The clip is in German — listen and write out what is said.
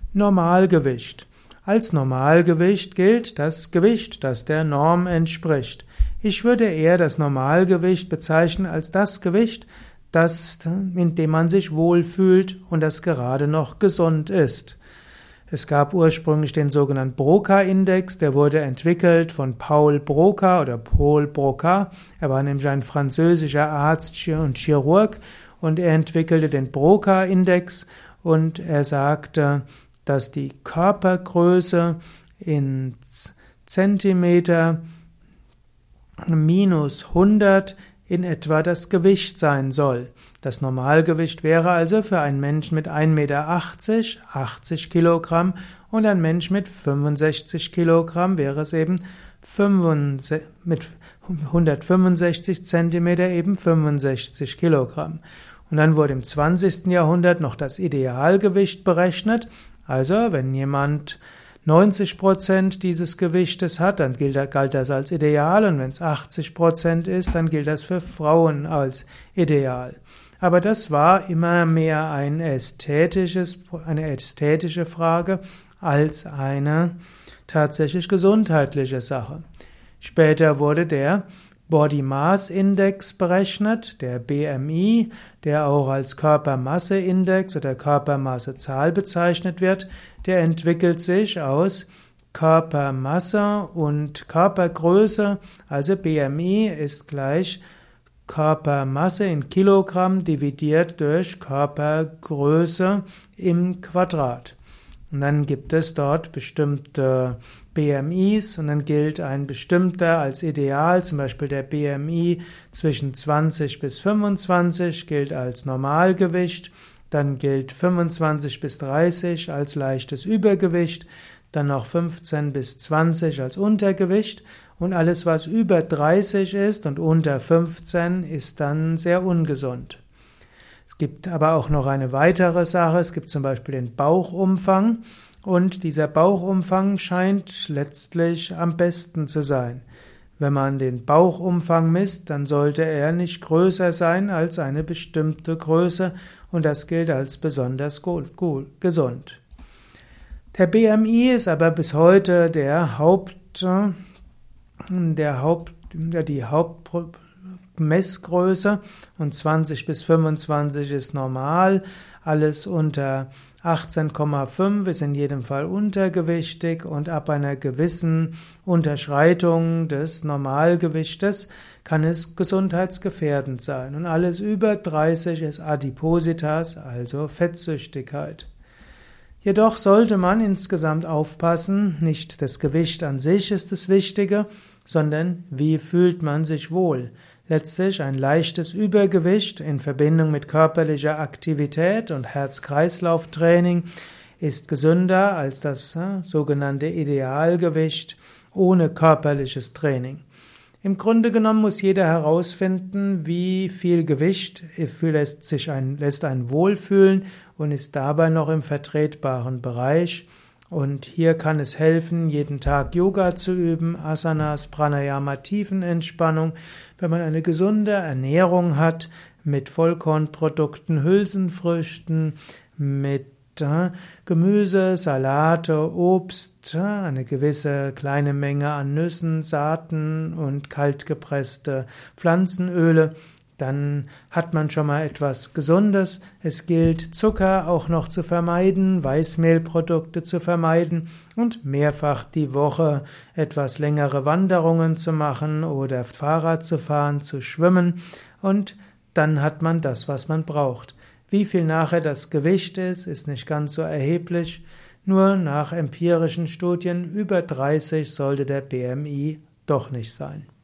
Normalgewicht. Als Normalgewicht gilt das Gewicht, das der Norm entspricht. Ich würde eher das Normalgewicht bezeichnen als das Gewicht, in dem man sich wohlfühlt und das gerade noch gesund ist. Es gab ursprünglich den sogenannten Broca-Index, der wurde entwickelt von Paul Broca oder Paul Broca. Er war nämlich ein französischer Arzt und Chirurg und er entwickelte den Broca-Index und er sagte, dass die Körpergröße in Zentimeter minus 100 in etwa das Gewicht sein soll. Das Normalgewicht wäre also für einen Menschen mit 1,80 Meter 80 Kilogramm und ein Mensch mit 65 Kilogramm wäre es eben mit 165 Zentimeter eben 65 Kilogramm. Und dann wurde im 20. Jahrhundert noch das Idealgewicht berechnet. Also, wenn jemand 90% dieses Gewichtes hat, dann galt das als Ideal, und wenn es 80% ist, dann gilt das für Frauen als Ideal. Aber das war immer mehr eine ästhetische Frage als eine tatsächlich gesundheitliche Sache. Später wurde der Body Mass Index berechnet, der BMI, der auch als Körpermasseindex oder Körpermassezahl bezeichnet wird. Der entwickelt sich aus Körpermasse und Körpergröße, also BMI ist gleich Körpermasse in Kilogramm dividiert durch Körpergröße im Quadrat. Und dann gibt es dort bestimmte BMIs und dann gilt ein bestimmter als Ideal, zum Beispiel der BMI zwischen 20 bis 25 gilt als Normalgewicht, dann gilt 25 bis 30 als leichtes Übergewicht, dann noch 15 bis 20 als Untergewicht und alles, was über 30 ist und unter 15, ist dann sehr ungesund. Es gibt aber auch noch eine weitere Sache. Es gibt zum Beispiel den Bauchumfang und dieser Bauchumfang scheint letztlich am besten zu sein. Wenn man den Bauchumfang misst, dann sollte er nicht größer sein als eine bestimmte Größe und das gilt als besonders gesund. Der BMI ist aber bis heute die Hauptmessgröße und 20 bis 25 ist normal. Alles unter 18,5 ist in jedem Fall untergewichtig und ab einer gewissen Unterschreitung des Normalgewichtes kann es gesundheitsgefährdend sein. Und alles über 30 ist Adipositas, also Fettsüchtigkeit. Jedoch sollte man insgesamt aufpassen, nicht das Gewicht an sich ist das Wichtige, sondern wie fühlt man sich wohl. Letztlich ein leichtes Übergewicht in Verbindung mit körperlicher Aktivität und Herz-Kreislauf-Training ist gesünder als das sogenannte Idealgewicht ohne körperliches Training. Im Grunde genommen muss jeder herausfinden, wie viel Gewicht lässt einen wohlfühlen und ist dabei noch im vertretbaren Bereich. Und hier kann es helfen, jeden Tag Yoga zu üben, Asanas, Pranayama, Tiefenentspannung. Wenn man eine gesunde Ernährung hat, mit Vollkornprodukten, Hülsenfrüchten, mit Gemüse, Salate, Obst, eine gewisse kleine Menge an Nüssen, Saaten und kaltgepresste Pflanzenöle, dann hat man schon mal etwas Gesundes. Es gilt, Zucker auch noch zu vermeiden, Weißmehlprodukte zu vermeiden und mehrfach die Woche etwas längere Wanderungen zu machen oder Fahrrad zu fahren, zu schwimmen und dann hat man das, was man braucht. Wie viel nachher das Gewicht ist nicht ganz so erheblich. Nur nach empirischen Studien über 30 sollte der BMI doch nicht sein.